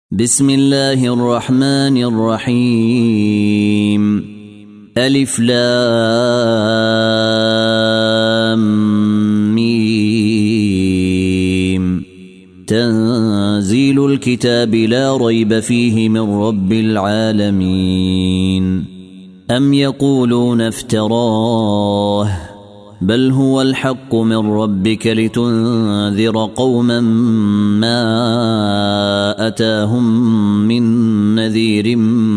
بسم الله الرحمن الرحيم. ألف لام ميم. تنزيل الكتاب لا ريب فيه من رب العالمين. أم يقولون افتراه بل هو الحق من ربك لتنذر قوما ما أتاهم من نذير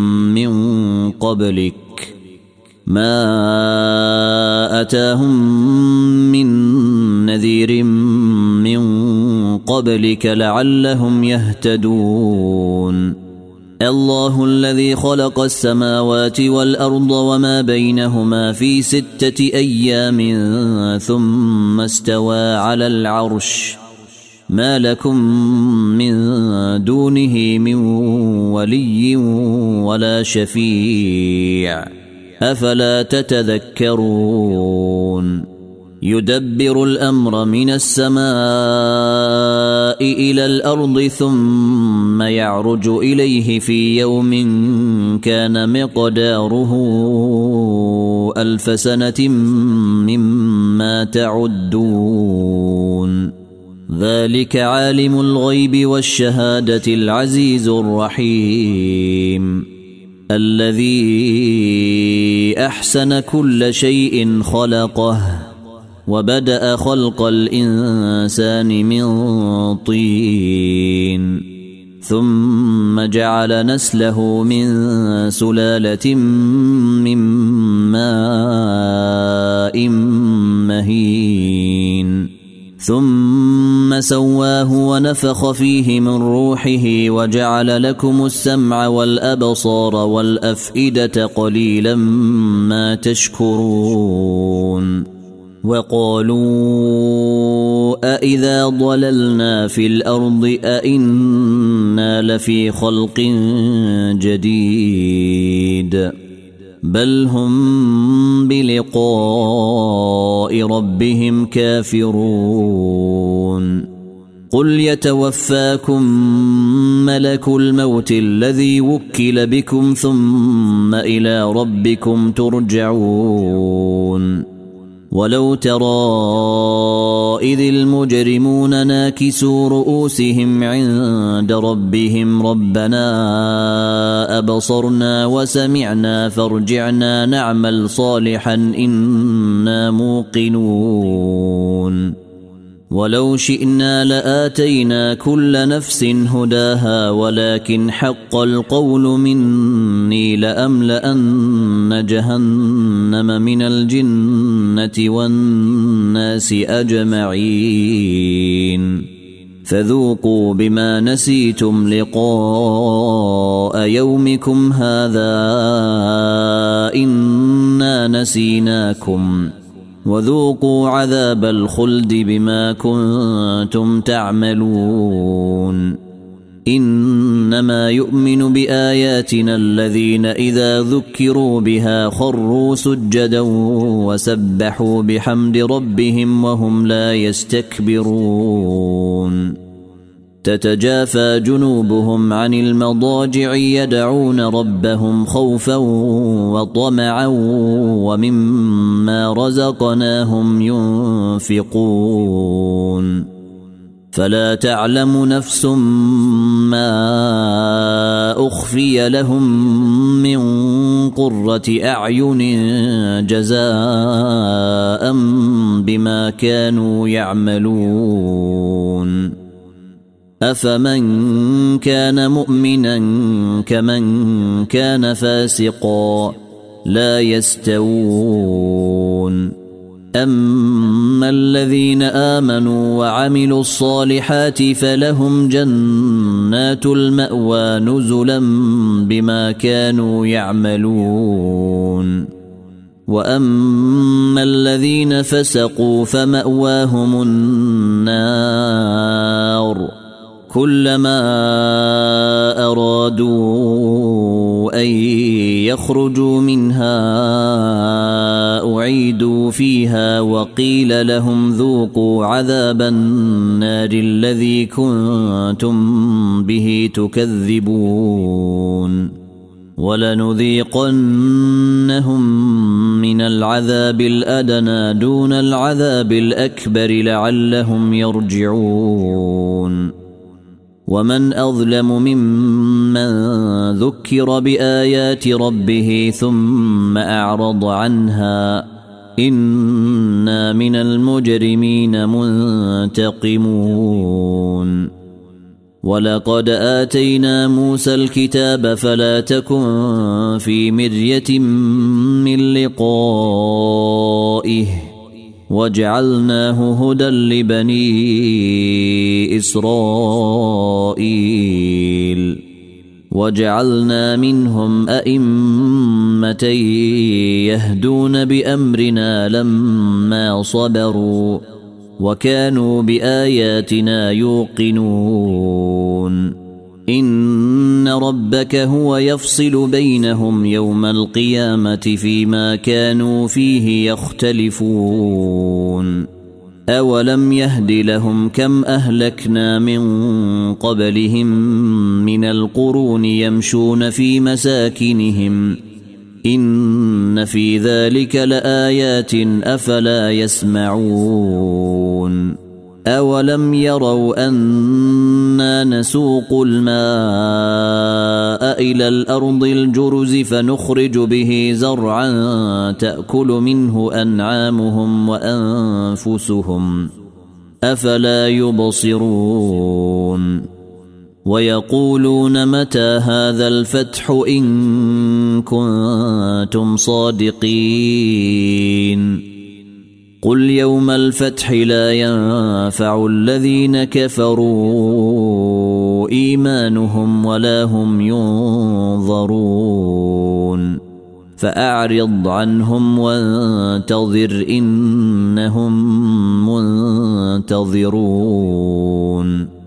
من قبلك لعلهم يهتدون. الله الذي خلق السماوات والأرض وما بينهما في 6 أيام ثم استوى على العرش ما لكم من دونه من ولي ولا شفيع أفلا تتذكرون. يدبر الأمر من السماء إلى الأرض ثم يعرج إليه في يوم كان مقداره 1000 سنة مما تعدون. ذلك عالم الغيب والشهادة العزيز الرحيم الذي أحسن كل شيء خلقه وبدأ خلق الإنسان من طين ثم جعل نسله من سلالة من ماء مهين ثم سواه ونفخ فيه من روحه وجعل لكم السمع والأبصار والأفئدة قليلا ما تشكرون. وقالوا أإذا ضللنا في الأرض أإنا لفي خلق جديد بل هم بلقاء ربهم كافرون. قل يتوفاكم ملك الموت الذي وكل بكم ثم إلى ربكم ترجعون. ولو ترى إذ المجرمون ناكسوا رؤوسهم عند ربهم ربنا أبصرنا وسمعنا فارجعنا نعمل صالحا إنا موقنون. ولو شئنا لآتينا كل نفس هداها ولكن حق القول مني لأملأن جهنم من الجنة والناس أجمعين. فذوقوا بما نسيتم لقاء يومكم هذا إنا نسيناكم وذوقوا عذاب الخلد بما كنتم تعملون. إنما يؤمن بآياتنا الذين إذا ذكروا بها خروا سجدا وسبحوا بحمد ربهم وهم لا يستكبرون. تتجافى جنوبهم عن المضاجع يدعون ربهم خوفا وطمعا ومما رزقناهم ينفقون. فلا تعلم نفس ما أخفي لهم من قرة أعين جزاء بما كانوا يعملون. أفمن كان مؤمنا كمن كان فاسقا لا يستوون. أما الذين آمنوا وعملوا الصالحات فلهم جنات المأوى نزلا بما كانوا يعملون. وأما الذين فسقوا فمأواهم النار كلما أرادوا أن ليخرجوا منها أعيدوا فيها وقيل لهم ذوقوا عذاب النار الذي كنتم به تكذبون ولنذيقنهم من العذاب الأدنى دون العذاب الأكبر لعلهم يرجعون ومن أظلم ممن ذكر بآيات ربه ثم أعرض عنها إنا من المجرمين منتقمون ولقد آتينا موسى الكتاب فلا تكن في مرية من لقائه وجعلناه هدى لبني إسرائيل وجعلنا منهم أئمة يهدون بأمرنا لما صبروا وكانوا بآياتنا يوقنون إن ربك هو يفصل بينهم يوم القيامة فيما كانوا فيه يختلفون أولم يهد لهم كم أهلكنا من قبلهم من القرون يمشون في مساكنهم إن في ذلك لآيات أفلا يسمعون أولم يروا أنا نسوق الماء إلى الأرض الجرز فنخرج به زرعا تأكل منه أنعامهم وأنفسهم أفلا يبصرون ويقولون متى هذا الفتح إن كنتم صادقين قل يوم الفتح لا ينفع الذين كفروا إيمانهم ولا هم ينظرون فأعرض عنهم وانتظر إنهم منتظرون